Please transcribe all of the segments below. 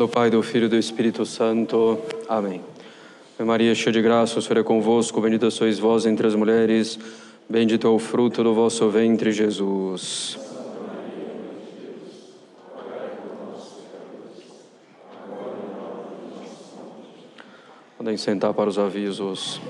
Pai, do Filho e do Espírito Santo. Amém. Ave Maria, cheia de graça, o Senhor é convosco, bendita sois vós entre as mulheres, bendito é o fruto do vosso ventre, Jesus. Podem sentar para os avisos.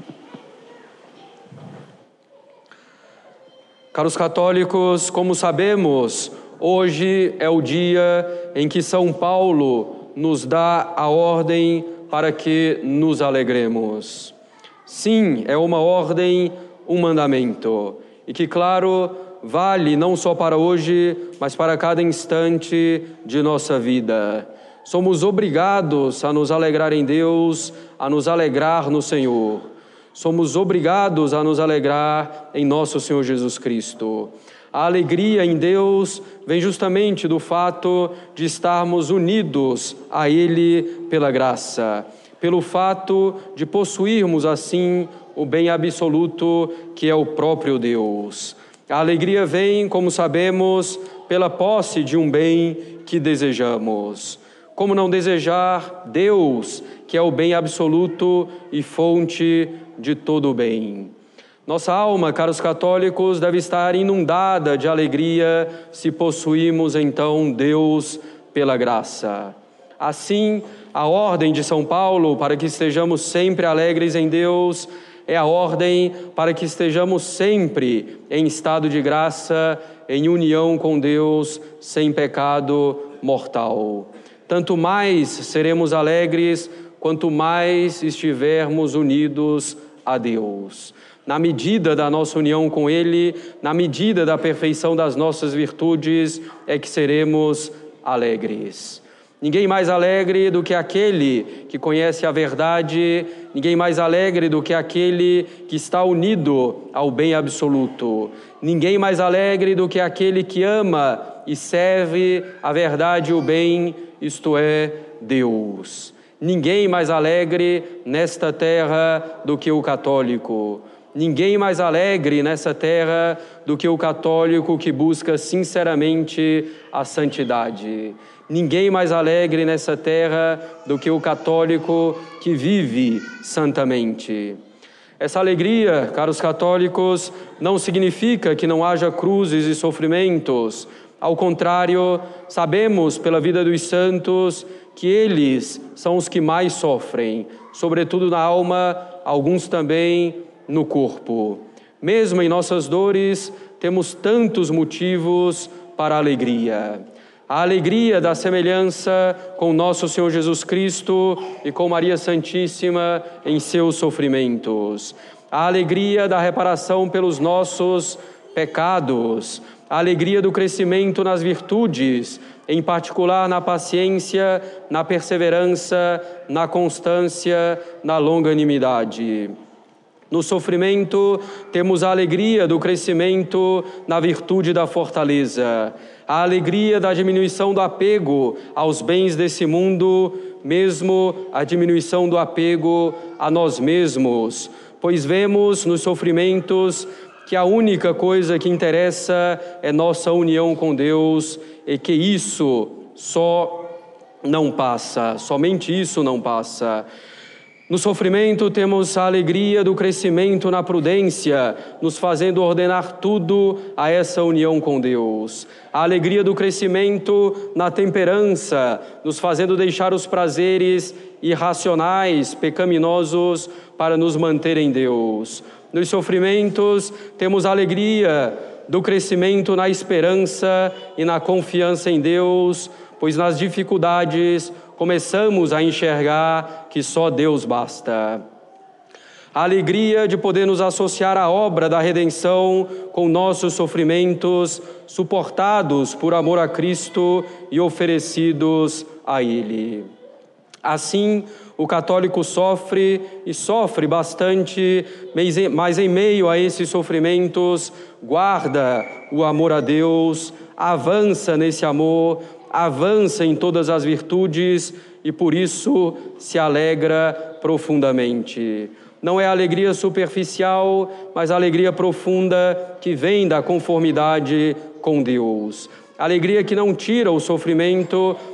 Caros católicos, como sabemos, hoje é o dia em que São Paulo nos dá a ordem para que nos alegremos. Sim, é uma ordem, um mandamento, e que, claro, vale não só para hoje, mas para cada instante de nossa vida. Somos obrigados a nos alegrar em Deus, a nos alegrar no Senhor. Somos obrigados a nos alegrar em nosso Senhor Jesus Cristo. A alegria em Deus vem justamente do fato de estarmos unidos a Ele pela graça, pelo fato de possuirmos assim o bem absoluto que é o próprio Deus. A alegria vem, como sabemos, pela posse de um bem que desejamos. Como não desejar Deus, que é o bem absoluto e fonte de todo o bem? Nossa alma, caros católicos, deve estar inundada de alegria se possuímos então Deus pela graça. Assim, a ordem de São Paulo para que estejamos sempre alegres em Deus é a ordem para que estejamos sempre em estado de graça, em união com Deus, sem pecado mortal. Tanto mais seremos alegres, quanto mais estivermos unidos a Deus. Na medida da nossa união com Ele, na medida da perfeição das nossas virtudes, é que seremos alegres. Ninguém mais alegre do que aquele que conhece a verdade, ninguém mais alegre do que aquele que está unido ao bem absoluto. Ninguém mais alegre do que aquele que ama e serve a verdade e o bem, isto é, Deus. Ninguém mais alegre nesta terra do que o católico. Ninguém mais alegre nessa terra do que o católico que busca sinceramente a santidade. Ninguém mais alegre nessa terra do que o católico que vive santamente. Essa alegria, caros católicos, não significa que não haja cruzes e sofrimentos. Ao contrário, sabemos pela vida dos santos que eles são os que mais sofrem, sobretudo na alma, alguns também no corpo. Mesmo em nossas dores, temos tantos motivos para a alegria. A alegria da semelhança com nosso Senhor Jesus Cristo e com Maria Santíssima em seus sofrimentos. A alegria da reparação pelos nossos pecados. A alegria do crescimento nas virtudes, em particular na paciência, na perseverança, na constância, na longanimidade. No sofrimento, temos a alegria do crescimento na virtude da fortaleza, a alegria da diminuição do apego aos bens desse mundo, mesmo a diminuição do apego a nós mesmos, pois vemos nos sofrimentos que a única coisa que interessa é nossa união com Deus e que isso só não passa, somente isso não passa. No sofrimento temos a alegria do crescimento na prudência, nos fazendo ordenar tudo a essa união com Deus. A alegria do crescimento na temperança, nos fazendo deixar os prazeres irracionais, pecaminosos, para nos manter em Deus. Nos sofrimentos temos a alegria do crescimento na esperança e na confiança em Deus, pois nas dificuldades começamos a enxergar que só Deus basta. A alegria de poder nos associar à obra da redenção com nossos sofrimentos, suportados por amor a Cristo e oferecidos a Ele. Assim, o católico sofre e sofre bastante, mas em meio a esses sofrimentos, guarda o amor a Deus, avança nesse amor, avança em todas as virtudes e por isso se alegra profundamente. Não é alegria superficial, mas alegria profunda que vem da conformidade com Deus. Alegria que não tira o sofrimento,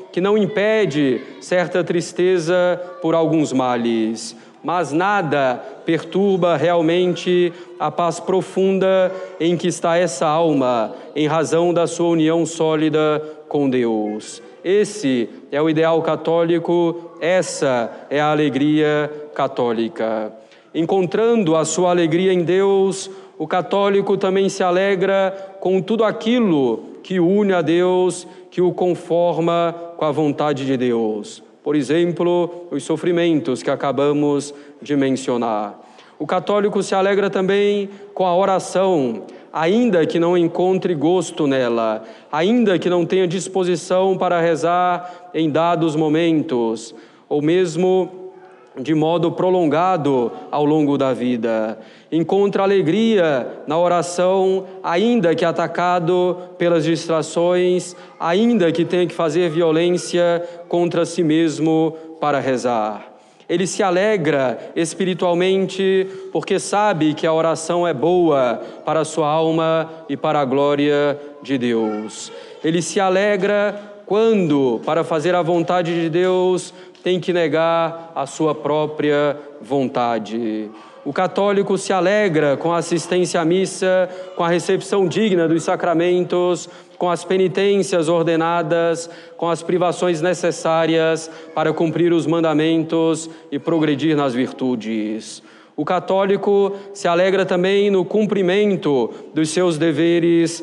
que não impede certa tristeza por alguns males, mas nada perturba realmente a paz profunda em que está essa alma, em razão da sua união sólida com Deus. Esse é o ideal católico, essa é a alegria católica. Encontrando a sua alegria em Deus, o católico também se alegra com tudo aquilo que une a Deus, que o conforma com a vontade de Deus. Por exemplo, os sofrimentos que acabamos de mencionar. O católico se alegra também com a oração, ainda que não encontre gosto nela, ainda que não tenha disposição para rezar em dados momentos, ou mesmo de modo prolongado ao longo da vida. Encontra alegria na oração, ainda que atacado pelas distrações, ainda que tenha que fazer violência contra si mesmo para rezar. Ele se alegra espiritualmente porque sabe que a oração é boa para a sua alma e para a glória de Deus. Ele se alegra quando, para fazer a vontade de Deus, tem que negar a sua própria vontade. O católico se alegra com a assistência à missa, com a recepção digna dos sacramentos, com as penitências ordenadas, com as privações necessárias para cumprir os mandamentos e progredir nas virtudes. O católico se alegra também no cumprimento dos seus deveres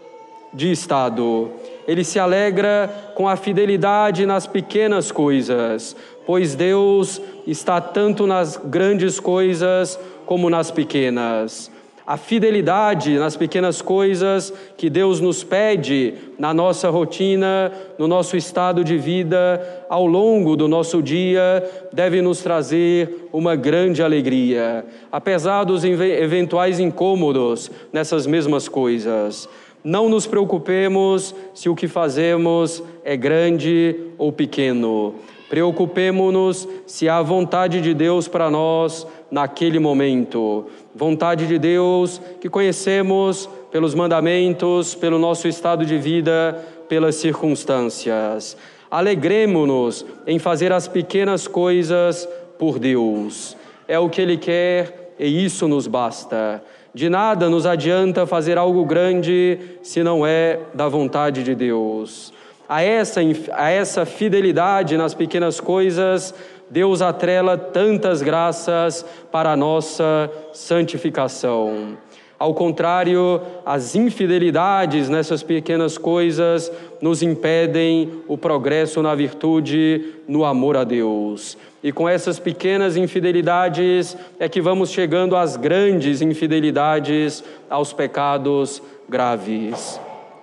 de Estado. Ele se alegra com a fidelidade nas pequenas coisas, pois Deus está tanto nas grandes coisas como nas pequenas. A fidelidade nas pequenas coisas que Deus nos pede na nossa rotina, no nosso estado de vida, ao longo do nosso dia, deve nos trazer uma grande alegria, apesar dos eventuais incômodos nessas mesmas coisas. Não nos preocupemos se o que fazemos é grande ou pequeno. Preocupemo-nos se há vontade de Deus para nós naquele momento. Vontade de Deus que conhecemos pelos mandamentos, pelo nosso estado de vida, pelas circunstâncias. Alegremo-nos em fazer as pequenas coisas por Deus. É o que Ele quer e isso nos basta. De nada nos adianta fazer algo grande se não é da vontade de Deus. A essa fidelidade nas pequenas coisas, Deus atrela tantas graças para a nossa santificação. Ao contrário, as infidelidades nessas pequenas coisas nos impedem o progresso na virtude, no amor a Deus. E com essas pequenas infidelidades é que vamos chegando às grandes infidelidades, aos pecados graves.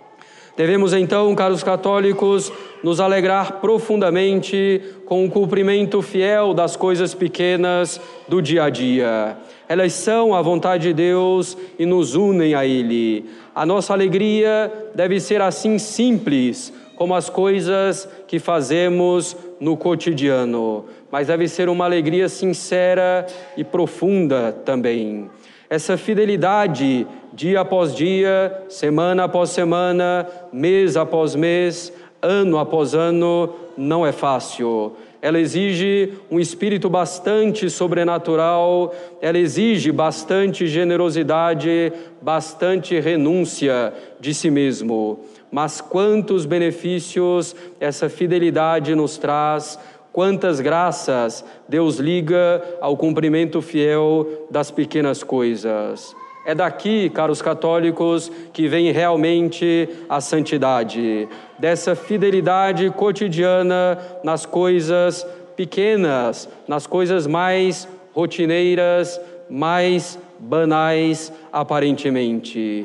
Devemos então, caros católicos, nos alegrar profundamente com o cumprimento fiel das coisas pequenas do dia a dia. Elas são a vontade de Deus e nos unem a Ele. A nossa alegria deve ser assim simples, como as coisas que fazemos no cotidiano, mas deve ser uma alegria sincera e profunda também. Essa fidelidade, dia após dia, semana após semana, mês após mês, ano após ano, não é fácil. Ela exige um espírito bastante sobrenatural, ela exige bastante generosidade, bastante renúncia de si mesmo. Mas quantos benefícios essa fidelidade nos traz, quantas graças Deus liga ao cumprimento fiel das pequenas coisas. É daqui, caros católicos, que vem realmente a santidade, dessa fidelidade cotidiana nas coisas pequenas, nas coisas mais rotineiras, mais banais aparentemente.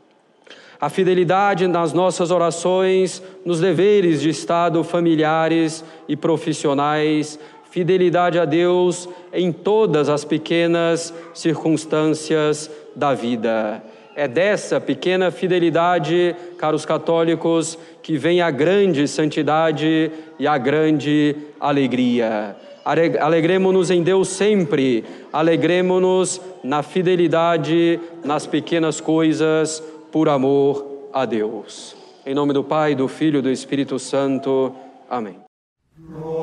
A fidelidade nas nossas orações, nos deveres de Estado familiares e profissionais, fidelidade a Deus em todas as pequenas circunstâncias da vida. É dessa pequena fidelidade, caros católicos, que vem a grande santidade e a grande alegria. Alegremo-nos em Deus sempre, alegremo-nos na fidelidade, nas pequenas coisas, por amor a Deus. Em nome do Pai, do Filho e do Espírito Santo. Amém.